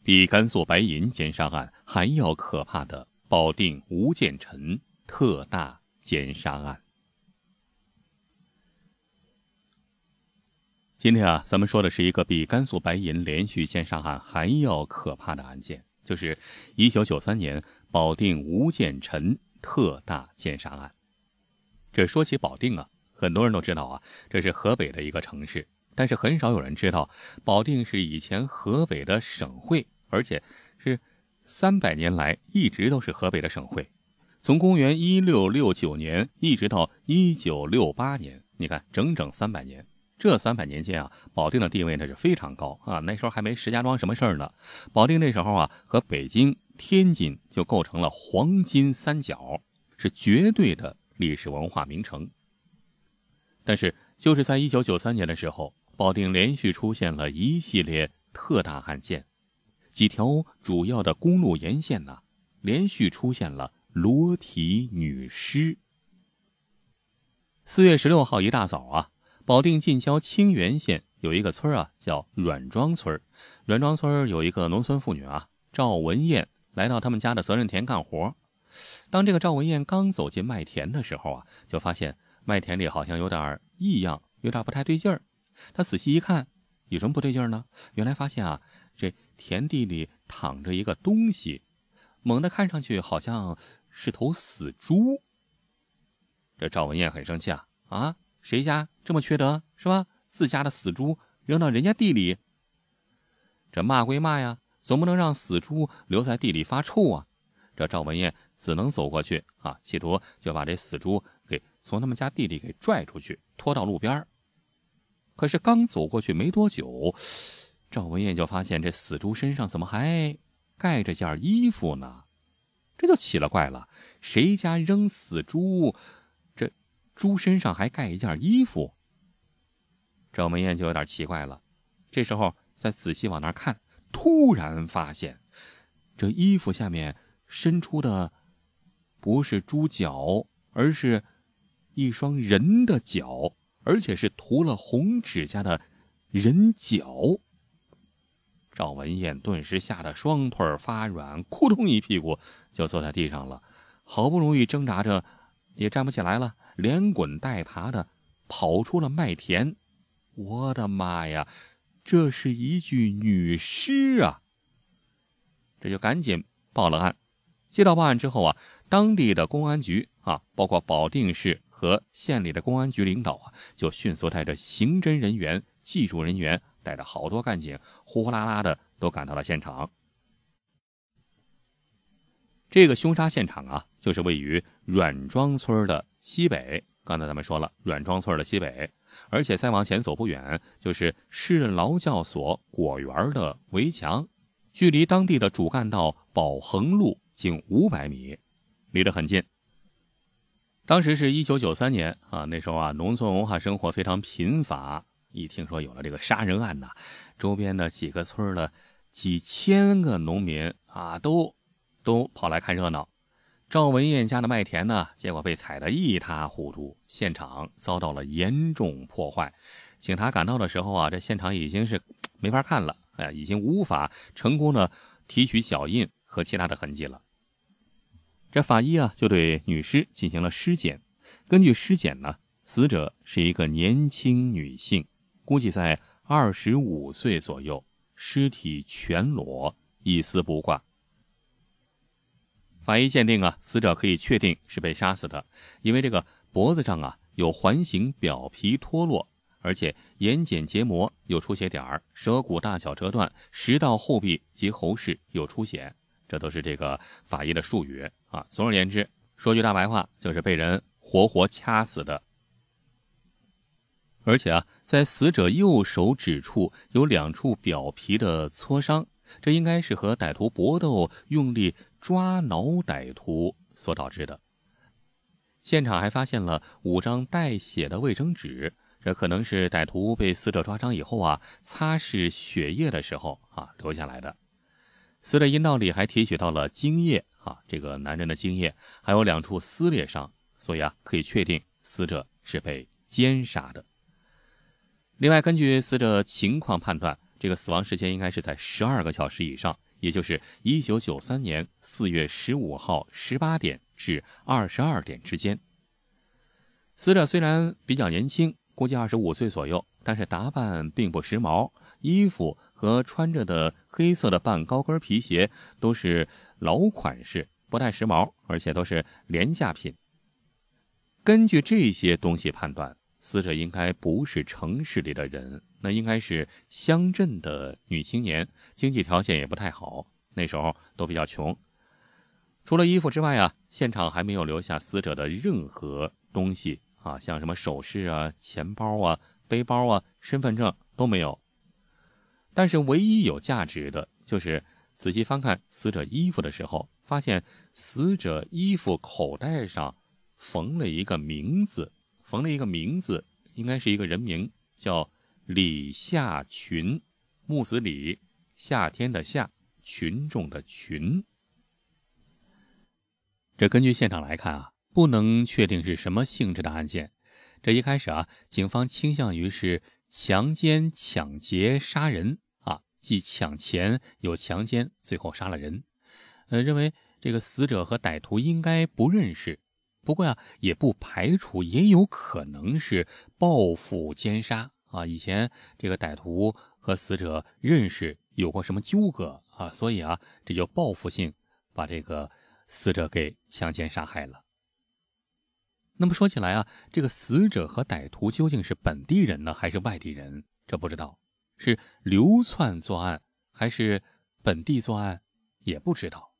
比甘肃白银奸杀案还要可怕的保定吴建臣特大奸杀案。今天咱们说的是一个比甘肃白银连续奸杀案还要可怕的案件，就是1993年保定吴建臣特大奸杀案。这说起保定很多人都知道这是河北的一个城市，但是很少有人知道保定是以前河北的省会，而且是300年来一直都是河北的省会。从公元1669年一直到1968年，你看整整300年。这300年间保定的地位那是非常高那时候还没石家庄什么事儿呢。保定那时候和北京、天津就构成了黄金三角，是绝对的历史文化名城。但是就是在1993年的时候，保定连续出现了一系列特大案件，几条主要的公路沿线连续出现了裸体女尸。4月16号一大早保定近郊清源县有一个村叫阮庄村。阮庄村有一个农村妇女赵文艳，来到他们家的责任田干活。当这个赵文艳刚走进麦田的时候就发现麦田里好像有点异样，有点不太对劲儿。他仔细一看，有什么不对劲儿呢？原来发现这田地里躺着一个东西，猛地看上去好像是头死猪。这赵文艳很生气谁家这么缺德是吧？自家的死猪扔到人家地里。这骂归骂呀，总不能让死猪留在地里发臭这赵文艳只能走过去企图就把这死猪给从他们家地里给拽出去，拖到路边。可是刚走过去没多久，赵文艳就发现这死猪身上怎么还盖着件衣服呢？这就奇了怪了，谁家扔死猪，这猪身上还盖一件衣服？赵文艳就有点奇怪了。这时候再仔细往那看，突然发现这衣服下面伸出的不是猪脚，而是一双人的脚，而且是涂了红指甲的人脚。赵文艳顿时吓得双腿发软，扑通一屁股就坐在地上了，好不容易挣扎着也站不起来了，连滚带爬的跑出了麦田。我的妈呀，这是一具女尸这就赶紧报了案。接到报案之后当地的公安局包括保定市和县里的公安局领导就迅速带着刑侦人员、技术人员，带着好多干警，呼呼啦啦的都赶到了现场。这个凶杀现场就是位于阮庄村的西北。刚才咱们说了，阮庄村的西北，而且再往前走不远就是市劳教所果园的围墙，距离当地的主干道宝恒路仅500米，离得很近。当时是1993年那时候农村文化生活非常贫乏，一听说有了这个杀人案周边的几个村的几千个农民都跑来看热闹。赵文艳家的麦田结果被踩得一塌糊涂，现场遭到了严重破坏。警察赶到的时候这现场已经是没法看了，已经无法成功的提取脚印和其他的痕迹了。这法医就对女尸进行了尸检。根据尸检死者是一个年轻女性，估计在25岁左右，尸体全裸，一丝不挂。法医鉴定死者可以确定是被杀死的，因为这个脖子上有环形表皮脱落，而且眼睑结膜有出血点，舌骨大小折断，食道后壁及喉室有出血，这都是这个法医的术语总而言之，说句大白话，就是被人活活掐死的。而且在死者右手指处有2处表皮的挫伤，这应该是和歹徒搏斗用力抓挠歹徒所导致的。现场还发现了5张带血的卫生纸，这可能是歹徒被死者抓伤以后擦拭血液的时候留下来的。死者阴道里还提取到了精液这个男人的精液，还有2处撕裂伤，所以可以确定死者是被奸杀的。另外，根据死者情况判断，这个死亡时间应该是在12个小时以上， 也就是1993年4月15号18点至22点之间。死者虽然比较年轻，估计25岁左右，但是打扮并不时髦，衣服和穿着的黑色的半高跟皮鞋都是老款式，不太时髦，而且都是廉价品。根据这些东西判断，死者应该不是城市里的人，那应该是乡镇的女青年，经济条件也不太好，那时候都比较穷。除了衣服之外啊，现场还没有留下死者的任何东西啊，像什么首饰啊、钱包啊、背包啊、身份证都没有。但是唯一有价值的就是仔细翻看死者衣服的时候，发现死者衣服口袋上缝了一个名字，应该是一个人名，叫李夏群，木子李，夏天的夏，群众的群。这根据现场来看啊，不能确定是什么性质的案件。这一开始啊，警方倾向于是强奸、抢劫、杀人啊，既抢钱又强奸，最后杀了人。认为这个死者和歹徒应该不认识。不过也不排除也有可能是报复奸杀啊！以前这个歹徒和死者认识，有过什么纠葛啊？所以这就报复性把这个死者给强奸杀害了。那么说起来这个死者和歹徒究竟是本地人呢，还是外地人？这不知道，是流窜作案还是本地作案，也不知道。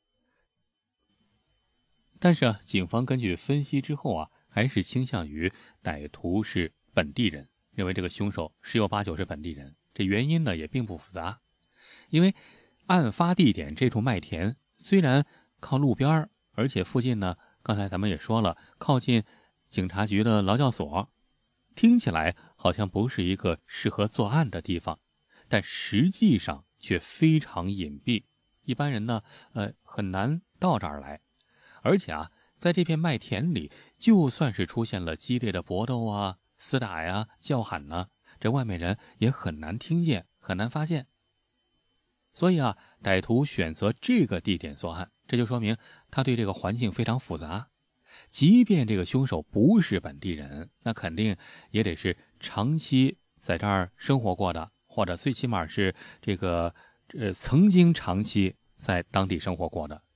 但是警方根据分析之后还是倾向于歹徒是本地人，认为这个凶手十有八九是本地人。这原因呢也并不复杂，因为案发地点这处麦田虽然靠路边，而且附近呢，刚才咱们也说了，靠近警察局的劳教所，听起来好像不是一个适合作案的地方，但实际上却非常隐蔽，一般人呢很难到这儿来。而且在这片麦田里，就算是出现了激烈的搏斗厮打叫喊这外面人也很难听见，很难发现。所以歹徒选择这个地点作案，这就说明他对这个环境非常复杂。即便这个凶手不是本地人，那肯定也得是长期在这儿生活过的，或者最起码是这个曾经长期在当地生活过的。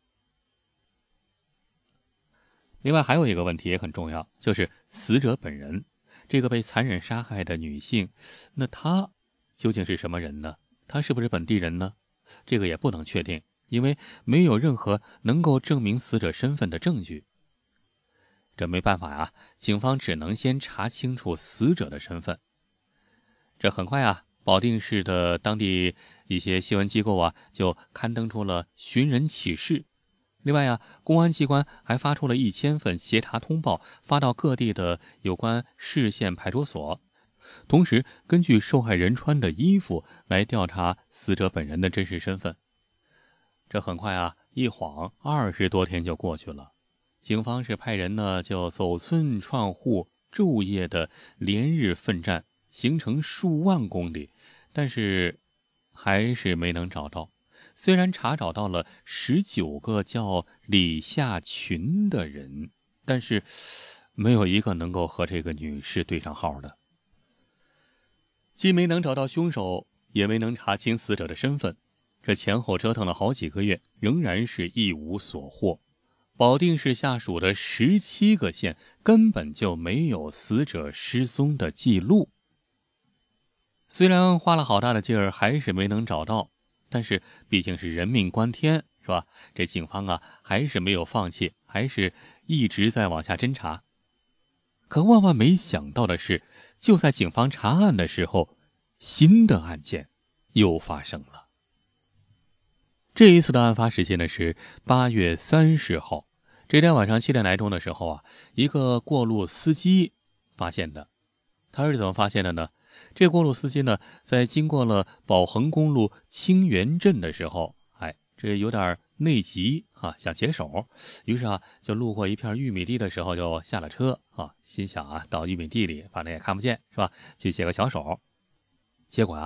另外还有一个问题也很重要，就是死者本人，这个被残忍杀害的女性，那她究竟是什么人呢？她是不是本地人呢？这个也不能确定，因为没有任何能够证明死者身份的证据。这没办法警方只能先查清楚死者的身份。这很快保定市的当地一些新闻机构就刊登出了寻人启事。另外公安机关还发出了1000份协查通报，发到各地的有关市县派出所。同时根据受害人穿的衣服来调查死者本人的真实身份。这很快一晃20多天就过去了。警方是派人呢就走村串户，昼夜的连日奋战，行程数万公里，但是还是没能找到。虽然查找到了19个叫李夏群的人，但是没有一个能够和这个女士对上号的。既没能找到凶手，也没能查清死者的身份，这前后折腾了好几个月，仍然是一无所获。保定市下属的17个县根本就没有死者失踪的记录。虽然花了好大的劲儿，还是没能找到，但是毕竟是人命关天，是吧？这警方还是没有放弃，还是一直在往下侦查。可万万没想到的是，就在警方查案的时候，新的案件又发生了。这一次的案发时间呢是8月30号，这天晚上7点来钟的时候一个过路司机发现的。他是怎么发现的呢？这过路司机呢，在经过了宝恒公路清源镇的时候，这有点内急想解手，于是就路过一片玉米地的时候就下了车心想到玉米地里反正也看不见，是吧？去解个小手。结果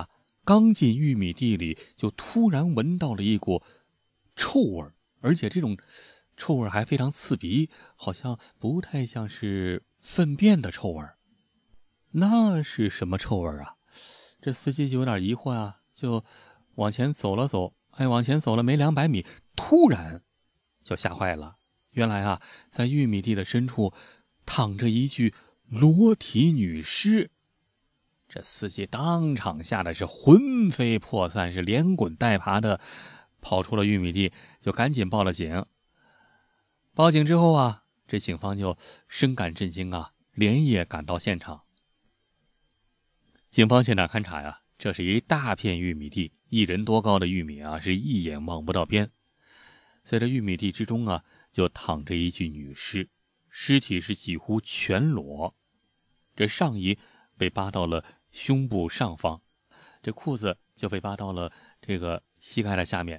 刚进玉米地里，就突然闻到了一股臭味，而且这种臭味还非常刺鼻，好像不太像是粪便的臭味。那是什么臭味啊？这司机就有点疑惑啊，就往前走了走，往前走了没200米，突然就吓坏了。原来啊，在玉米地的深处躺着一具裸体女尸。这司机当场吓得是魂飞魄散，是连滚带爬的跑出了玉米地，就赶紧报了警。报警之后啊，这警方就深感震惊啊，连夜赶到现场。警方现场勘查呀，这是一大片玉米地，1人多高的玉米啊，是一眼望不到边。在这玉米地之中啊，就躺着一具女尸，尸体是几乎全裸，这上衣被扒到了胸部上方，这裤子就被扒到了这个膝盖的下面，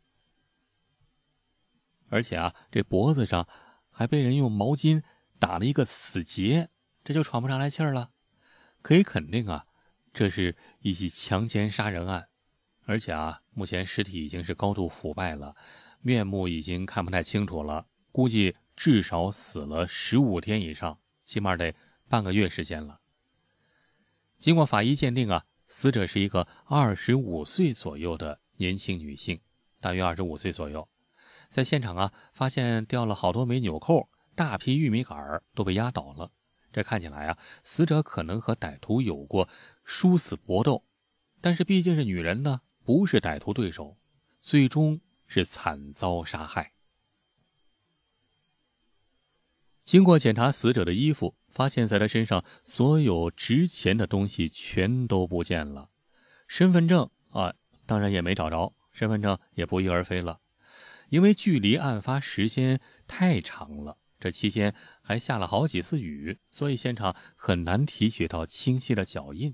而且啊，这脖子上还被人用毛巾打了一个死结，这就喘不上来气儿了。可以肯定啊，这是一起强奸杀人案，而且啊，目前尸体已经是高度腐败了，面目已经看不太清楚了，估计至少死了15天以上，起码得半个月时间了。经过法医鉴定啊，死者是一个25岁左右的年轻女性，大约25岁左右。在现场啊，发现掉了好多枚纽扣，大批玉米杆都被压倒了。这看起来啊，死者可能和歹徒有过殊死搏斗，但是毕竟是女人呢，不是歹徒对手，最终是惨遭杀害。经过检查死者的衣服，发现在他身上所有值钱的东西全都不见了，身份证啊，当然也没找着，身份证也不翼而飞了。因为距离案发时间太长了，这期间还下了好几次雨，所以现场很难提取到清晰的脚印。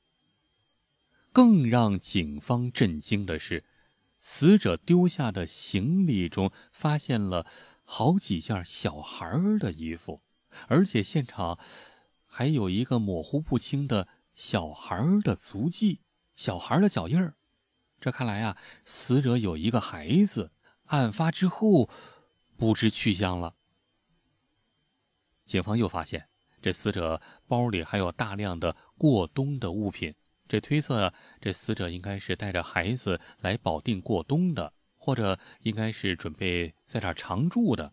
更让警方震惊的是，死者丢下的行李中发现了好几件小孩的衣服，而且现场还有一个模糊不清的小孩的足迹，小孩的脚印儿。这看来啊，死者有一个孩子，案发之后不知去向了。警方又发现，这死者包里还有大量的过冬的物品，这推测啊，这死者应该是带着孩子来保定过冬的，或者应该是准备在这儿常住的。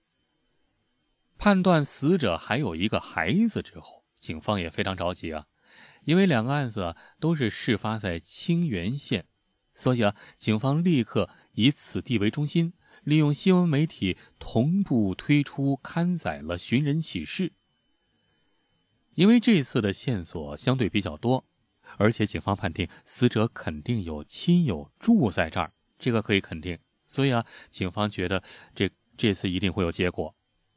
判断死者还有一个孩子之后，警方也非常着急啊，因为2个案子都是事发在清源县，所以啊，警方立刻以此地为中心，利用新闻媒体同步推出刊载了寻人启事。因为这次的线索相对比较多，而且警方判定死者肯定有亲友住在这儿，这个可以肯定，所以啊，警方觉得这次一定会有结果。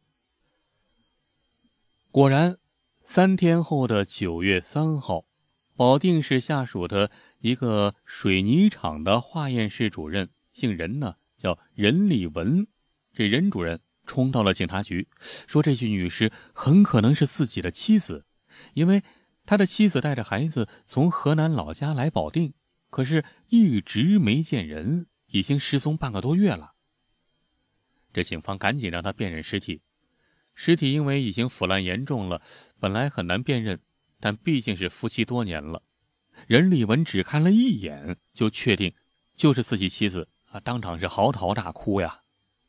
果然，3天后的9月3号，保定市下属的一个水泥厂的化验室主任，姓任呢，叫任立文。这任主任冲到了警察局，说这具女尸很可能是自己的妻子，因为他的妻子带着孩子从河南老家来保定，可是一直没见人，已经失踪半个多月了。这警方赶紧让他辨认尸体。尸体因为已经腐烂严重了，本来很难辨认，但毕竟是夫妻多年了，任立文只看了一眼就确定就是自己妻子啊，当场是嚎啕大哭呀。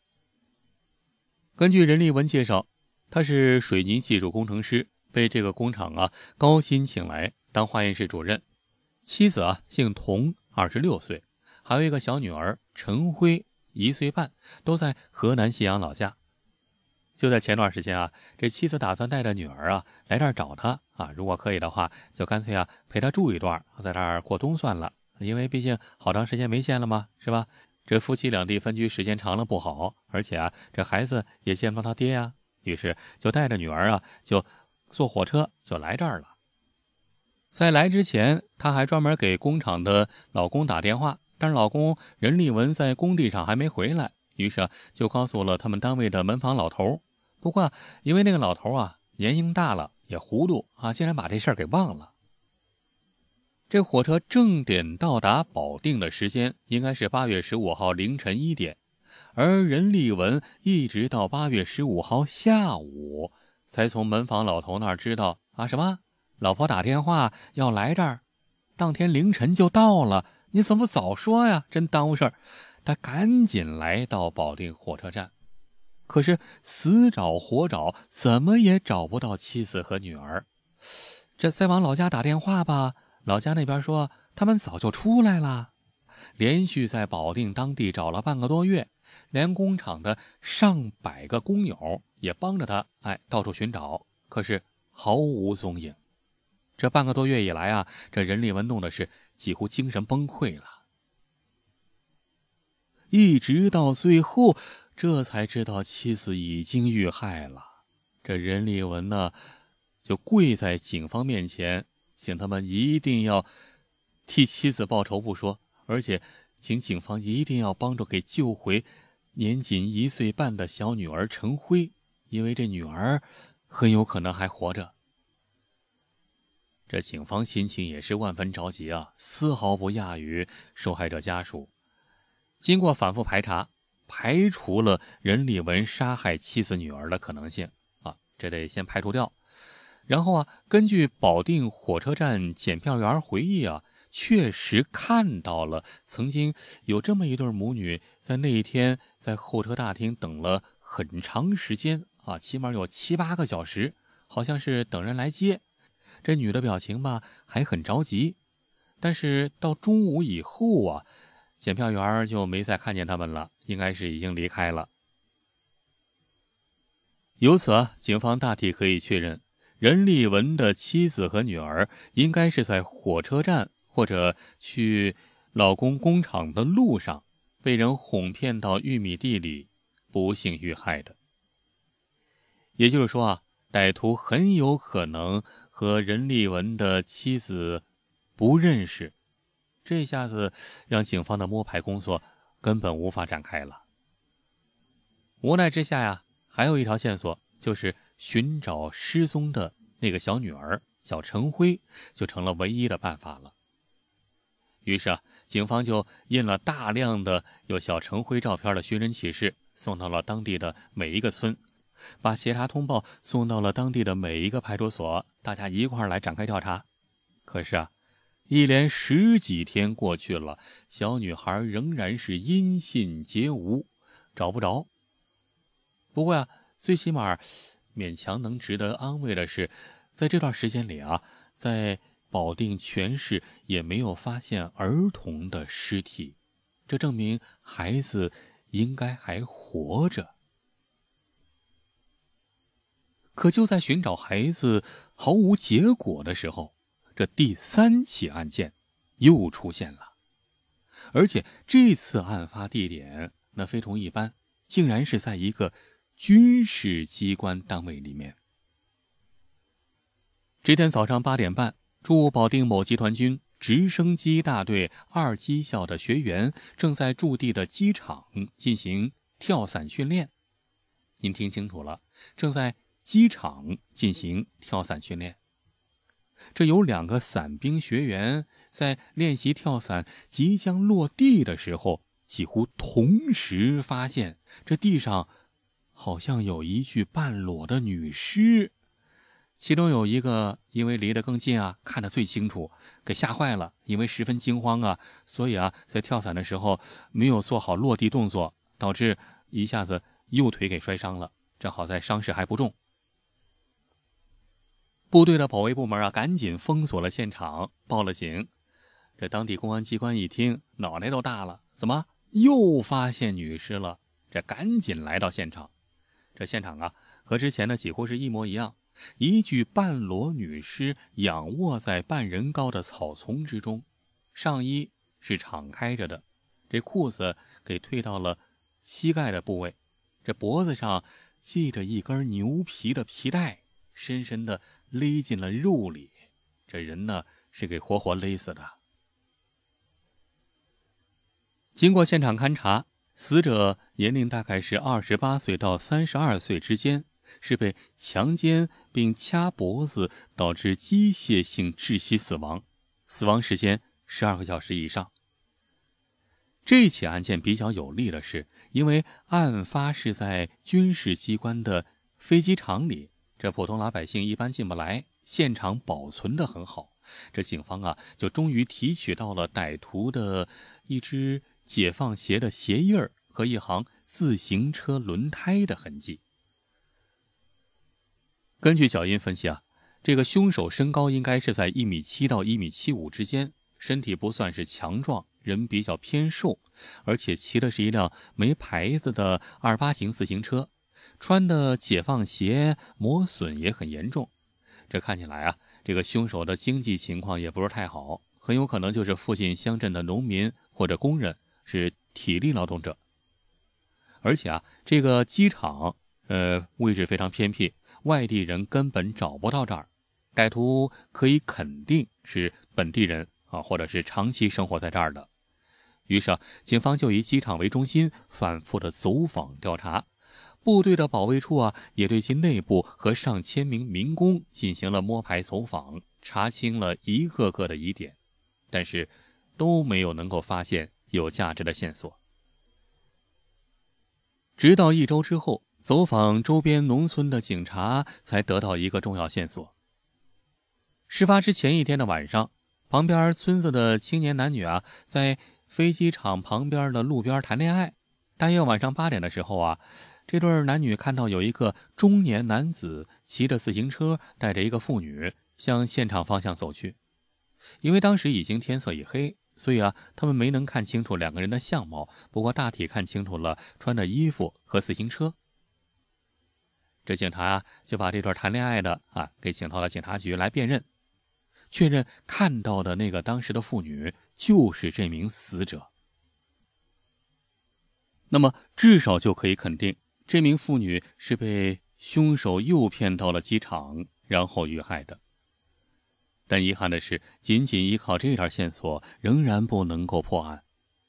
根据任立文介绍，他是水泥技术工程师，被这个工厂啊高薪请来当化验室主任。妻子啊姓童，26岁，还有一个小女儿陈辉，1岁半，都在河南信阳老家。就在前段时间啊，这妻子打算带着女儿啊来这儿找他啊，如果可以的话，就干脆啊陪他住一段，在这儿过冬算了，因为毕竟好长时间没见了嘛，是吧？这夫妻两地分居时间长了不好，而且啊这孩子也见不到他爹呀，于是就带着女儿啊就坐火车就来这儿了。在来之前，他还专门给工厂的老公打电话，但是老公任立文在工地上还没回来，于是就告诉了他们单位的门房老头。不过因为那个老头啊年龄大了，也糊涂啊，竟然把这事儿给忘了。 这火车正点到达保定的时间应该是8月15号凌晨1点，而任立文一直到8月15号下午才从门房老头那儿知道什么老婆打电话要来这儿，当天凌晨就到了，你怎么不早说呀，真耽误事儿。他赶紧来到保定火车站，可是死找活找，怎么也找不到妻子和女儿。这再往老家打电话吧，老家那边说他们早就出来了。连续在保定当地找了半个多月，连工厂的上百个工友也帮着他到处寻找，可是毫无踪影。这半个多月以来这任立文弄的是几乎精神崩溃了。一直到最后，这才知道妻子已经遇害了。这任立文呢，就跪在警方面前，请他们一定要替妻子报仇不说，而且请警方一定要帮助给救回年仅1岁半的小女儿陈辉，因为这女儿很有可能还活着。这警方心情也是万分着急丝毫不亚于受害者家属。经过反复排查，排除了任立文杀害妻子女儿的可能性这得先排除掉。然后根据保定火车站检票员回忆确实看到了曾经有这么一对母女在那一天在候车大厅等了很长时间起码有7、8个小时，好像是等人来接。这女的表情吧还很着急，但是到中午以后检票员就没再看见他们了，应该是已经离开了。由此警方大体可以确认，任立文的妻子和女儿应该是在火车站或者去老公工厂的路上被人哄骗到玉米地里，不幸遇害的。也就是说歹徒很有可能和任立文的妻子不认识，这下子让警方的摸排工作根本无法展开了。无奈之下还有一条线索，就是寻找失踪的那个小女儿小陈辉，就成了唯一的办法了。于是警方就印了大量的有小陈辉照片的寻人启事，送到了当地的每一个村，把协查通报送到了当地的每一个派出所，大家一块儿来展开调查。可是一连10几天过去了，小女孩仍然是音信皆无，找不着。不过最起码勉强能值得安慰的是，在这段时间里在保定全市也没有发现儿童的尸体，这证明孩子应该还活着。可就在寻找孩子毫无结果的时候，这第3起案件又出现了，而且这次案发地点那非同一般，竟然是在一个军事机关单位里面。这天早上8点半，驻保定某集团军直升机大队2机校的学员正在驻地的机场进行跳伞训练。您听清楚了，正在机场进行跳伞训练。这有2个伞兵学员在练习跳伞即将落地的时候，几乎同时发现这地上好像有一具半裸的女尸。其中有一个因为离得更近看得最清楚，给吓坏了，因为十分惊慌所以在跳伞的时候没有做好落地动作，导致一下子右腿给摔伤了，正好在伤势还不重。部队的保卫部门赶紧封锁了现场，报了警。这当地公安机关一听，脑袋都大了，怎么又发现女尸了？这赶紧来到现场。这现场和之前的几乎是一模一样，一具半裸女尸仰卧在半人高的草丛之中，上衣是敞开着的，这裤子给退到了膝盖的部位，这脖子上系着一根牛皮的皮带，深深的勒进了肉里，这人呢是给活活勒死的。经过现场勘查，死者年龄大概是28岁到32岁之间，是被强奸并掐脖子导致机械性窒息死亡。 死亡时间12个小时以上。这起案件比较有利的是，因为案发是在军事机关的飞机场里，这普通老百姓一般进不来，现场保存得很好。这警方啊，就终于提取到了歹徒的一只解放鞋的鞋印儿和一行自行车轮胎的痕迹。根据脚印分析啊，这个凶手身高应该是在1.7米到1.75米之间，身体不算是强壮，人比较偏瘦，而且骑的是一辆没牌子的28型自行车，穿的解放鞋磨损也很严重。这看起来啊，这个凶手的经济情况也不是太好，很有可能就是附近乡镇的农民或者工人，是体力劳动者。而且啊，这个机场位置非常偏僻，外地人根本找不到这儿，歹徒可以肯定是本地人啊，或者是长期生活在这儿的。于是啊，警方就以机场为中心反复的走访调查，部队的保卫处啊也对其内部和上千名民工进行了摸排走访，查清了一个个的疑点，但是都没有能够发现有价值的线索。直到1周之后，走访周边农村的警察才得到一个重要线索。事发之前一天的晚上，旁边村子的青年男女啊，在飞机场旁边的路边谈恋爱。大约晚上8点的时候啊，这对男女看到有一个中年男子骑着自行车，带着一个妇女向现场方向走去。因为当时已经天色已黑，所以啊，他们没能看清楚两个人的相貌，不过大体看清楚了穿的衣服和自行车。这警察啊，就把这对谈恋爱的给请到了警察局来辨认，确认看到的那个当时的妇女就是这名死者。那么至少就可以肯定，这名妇女是被凶手诱骗到了机场，然后遇害的。但遗憾的是，仅仅依靠这条线索仍然不能够破案。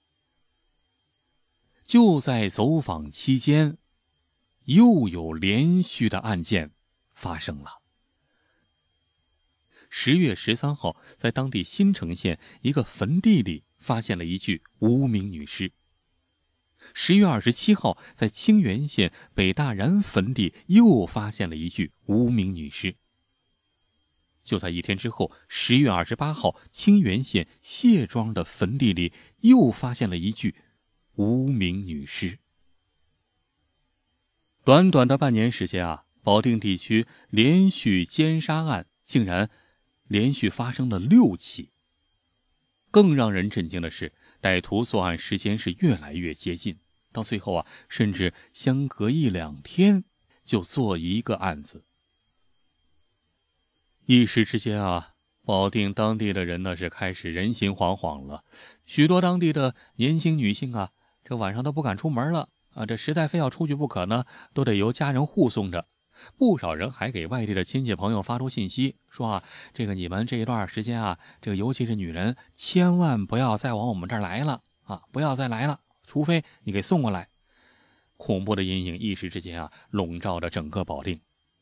就在走访期间，又有连续的案件发生了。10月13号，在当地新城县一个坟地里发现了一具无名女尸。10月27号，在清源县北大然坟地又发现了一具无名女尸。就在1天之后，10月28号，清源县谢庄的坟地里又发现了一具无名女尸。短短的半年时间啊，保定地区连续奸杀案竟然连续发生了6起。更让人震惊的是，歹徒作案时间是越来越接近，到最后啊，甚至相隔1、2天就做一个案子。一时之间啊，保定当地的人呢是开始人心惶惶了。许多当地的年轻女性啊，这晚上都不敢出门了啊，这实在非要出去不可呢，都得由家人护送着。不少人还给外地的亲戚朋友发出信息，说啊，这个你们这一段时间啊，这个尤其是女人，千万不要再往我们这儿来了啊，不要再来了，除非你给送过来。恐怖的阴影一时之间啊，笼罩着整个保定。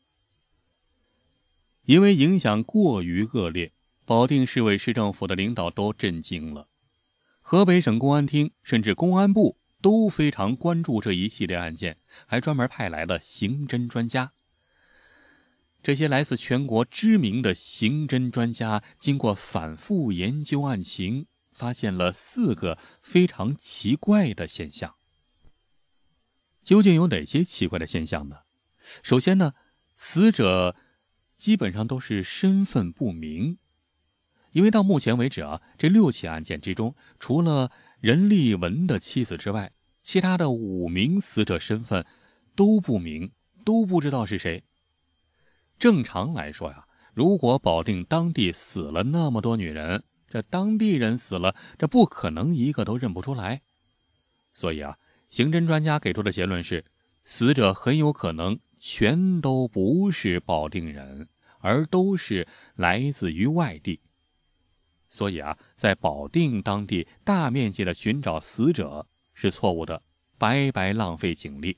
因为影响过于恶劣，保定市委市政府的领导都震惊了。河北省公安厅甚至公安部都非常关注这一系列案件，还专门派来了刑侦专家。这些来自全国知名的刑侦专家经过反复研究案情，发现了4个非常奇怪的现象。究竟有哪些奇怪的现象呢？首先呢，死者基本上都是身份不明。因为到目前为止啊，这6起案件之中，除了任立文的妻子之外，其他的5名死者身份都不明，都不知道是谁。正常来说呀，如果保定当地死了那么多女人，这当地人死了，这不可能一个都认不出来。所以啊，刑侦专家给出的结论是，死者很有可能全都不是保定人，而都是来自于外地。所以啊，在保定当地大面积的寻找死者是错误的，白白浪费警力。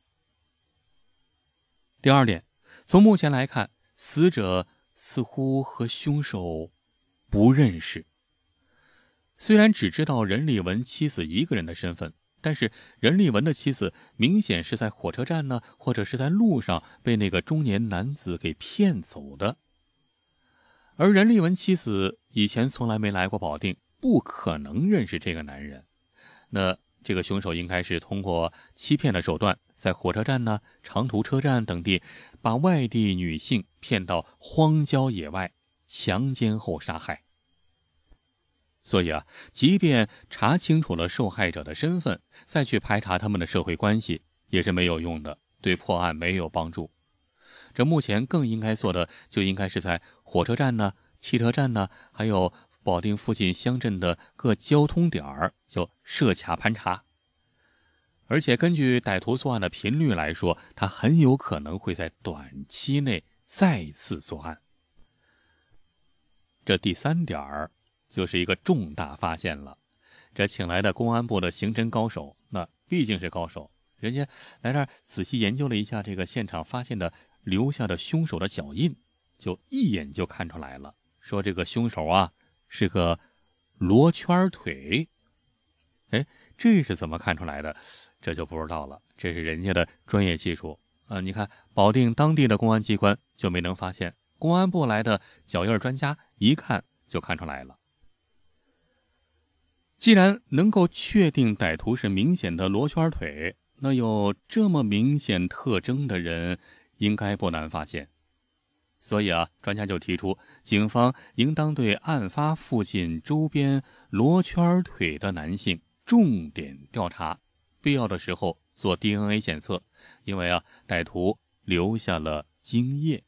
第二点，从目前来看，死者似乎和凶手不认识。 虽然只知道任立文妻子一个人的身份，但是任立文的妻子明显是在火车站呢，或者是在路上被那个中年男子给骗走的。而任立文妻子以前从来没来过保定，不可能认识这个男人。那这个凶手应该是通过欺骗的手段，在火车站呢、长途车站等地，把外地女性骗到荒郊野外，强奸后杀害。所以啊，即便查清楚了受害者的身份，再去排查他们的社会关系，也是没有用的，对破案没有帮助。这目前更应该做的，就应该是在火车站呢、汽车站呢，还有保定附近乡镇的各交通点就设卡盘查。而且根据歹徒作案的频率来说，他很有可能会在短期内再次作案。这第3点就是一个重大发现了。这请来的公安部的刑侦高手，那毕竟是高手，人家来这儿仔细研究了一下这个现场发现的留下的凶手的脚印，就一眼就看出来了，说这个凶手啊是个罗圈腿。这是怎么看出来的？这就不知道了，这是人家的专业技术你看保定当地的公安机关就没能发现，公安部来的脚印专家一看就看出来了。既然能够确定歹徒是明显的罗圈腿，那有这么明显特征的人应该不难发现。所以专家就提出，警方应当对案发附近周边罗圈腿的男性重点调查，必要的时候做 DNA 检测，因为歹徒留下了精液。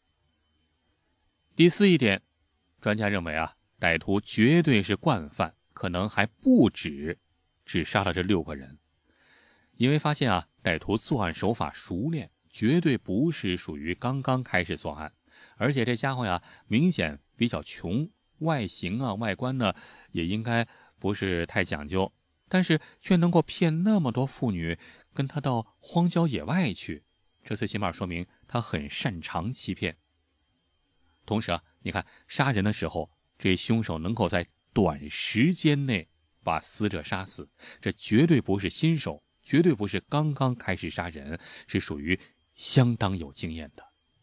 第4一点，专家认为歹徒绝对是惯犯，可能还不止只杀了这6个人。因为发现歹徒作案手法熟练，绝对不是属于刚刚开始作案。而且这家伙明显比较穷，外形外观呢也应该不是太讲究，但是却能够骗那么多妇女跟他到荒郊野外去，这最起码说明他很擅长欺骗。同时你看杀人的时候，这凶手能够在短时间内把死者杀死，这绝对不是新手，绝对不是刚刚开始杀人，是属于相当有经验的。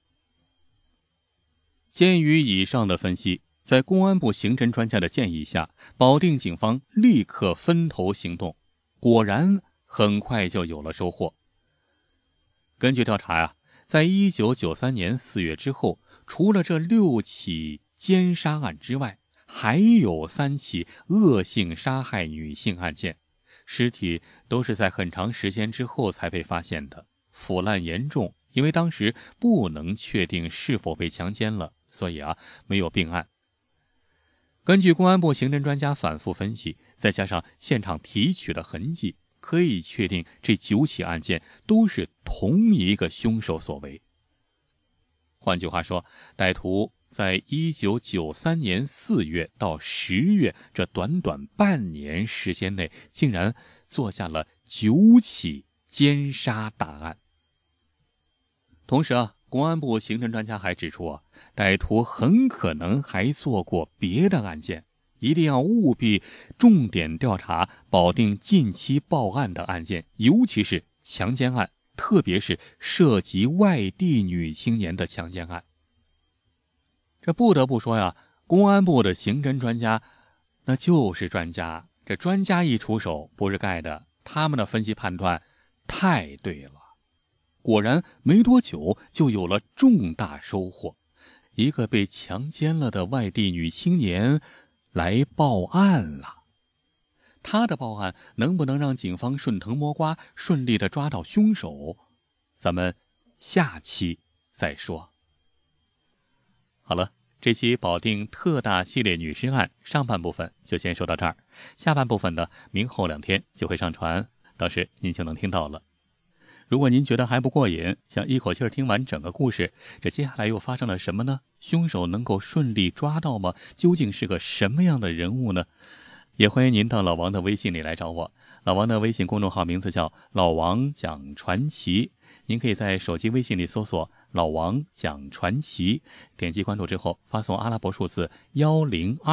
鉴于以上的分析，在公安部刑侦专家的建议下，保定警方立刻分头行动，果然很快就有了收获。根据调查在1993年4月之后，除了这6起奸杀案之外，还有3起恶性杀害女性案件，尸体都是在很长时间之后才被发现的，腐烂严重，因为当时不能确定是否被强奸了，所以没有并案。根据公安部刑侦专家反复分析，再加上现场提取的痕迹，可以确定这9起案件都是同一个凶手所为。换句话说，歹徒在1993年4月到10月这短短半年时间内，竟然做下了9起奸杀大案。同时公安部刑侦专家还指出歹徒很可能还做过别的案件，一定要务必重点调查保定近期报案的案件，尤其是强奸案，特别是涉及外地女青年的强奸案。这不得不说公安部的刑侦专家那就是专家，这专家一出手不是盖的，他们的分析判断太对了。果然没多久就有了重大收获，一个被强奸了的外地女青年来报案了。她的报案能不能让警方顺藤摸瓜，顺利的抓到凶手，咱们下期再说。好了，这期保定特大系列女尸案上半部分就先说到这儿，下半部分呢，明后2天就会上传，到时您就能听到了。如果您觉得还不过瘾，想一口气听完整个故事，这接下来又发生了什么呢？凶手能够顺利抓到吗？究竟是个什么样的人物呢？也欢迎您到老王的微信里来找我，老王的微信公众号名字叫老王讲传奇，您可以在手机微信里搜索老王讲传奇，点击关注之后发送阿拉伯数字102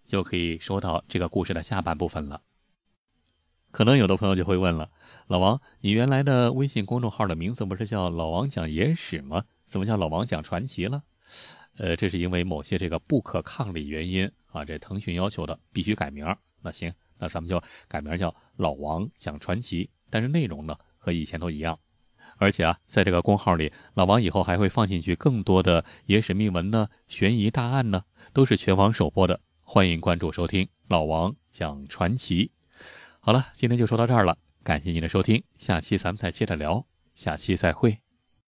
就可以收到这个故事的下半部分了。可能有的朋友就会问了，老王，你原来的微信公众号的名字不是叫老王讲野史吗？怎么叫老王讲传奇了？这是因为某些这个不可抗力原因啊，这腾讯要求的必须改名。那行，那咱们就改名叫老王讲传奇，但是内容呢和以前都一样。而且啊，在这个公号里，老王以后还会放进去更多的野史秘闻呢、悬疑大案呢，都是全网首播的。欢迎关注收听老王讲传奇。好了，今天就说到这儿了，感谢您的收听，下期咱们再接着聊，下期再会。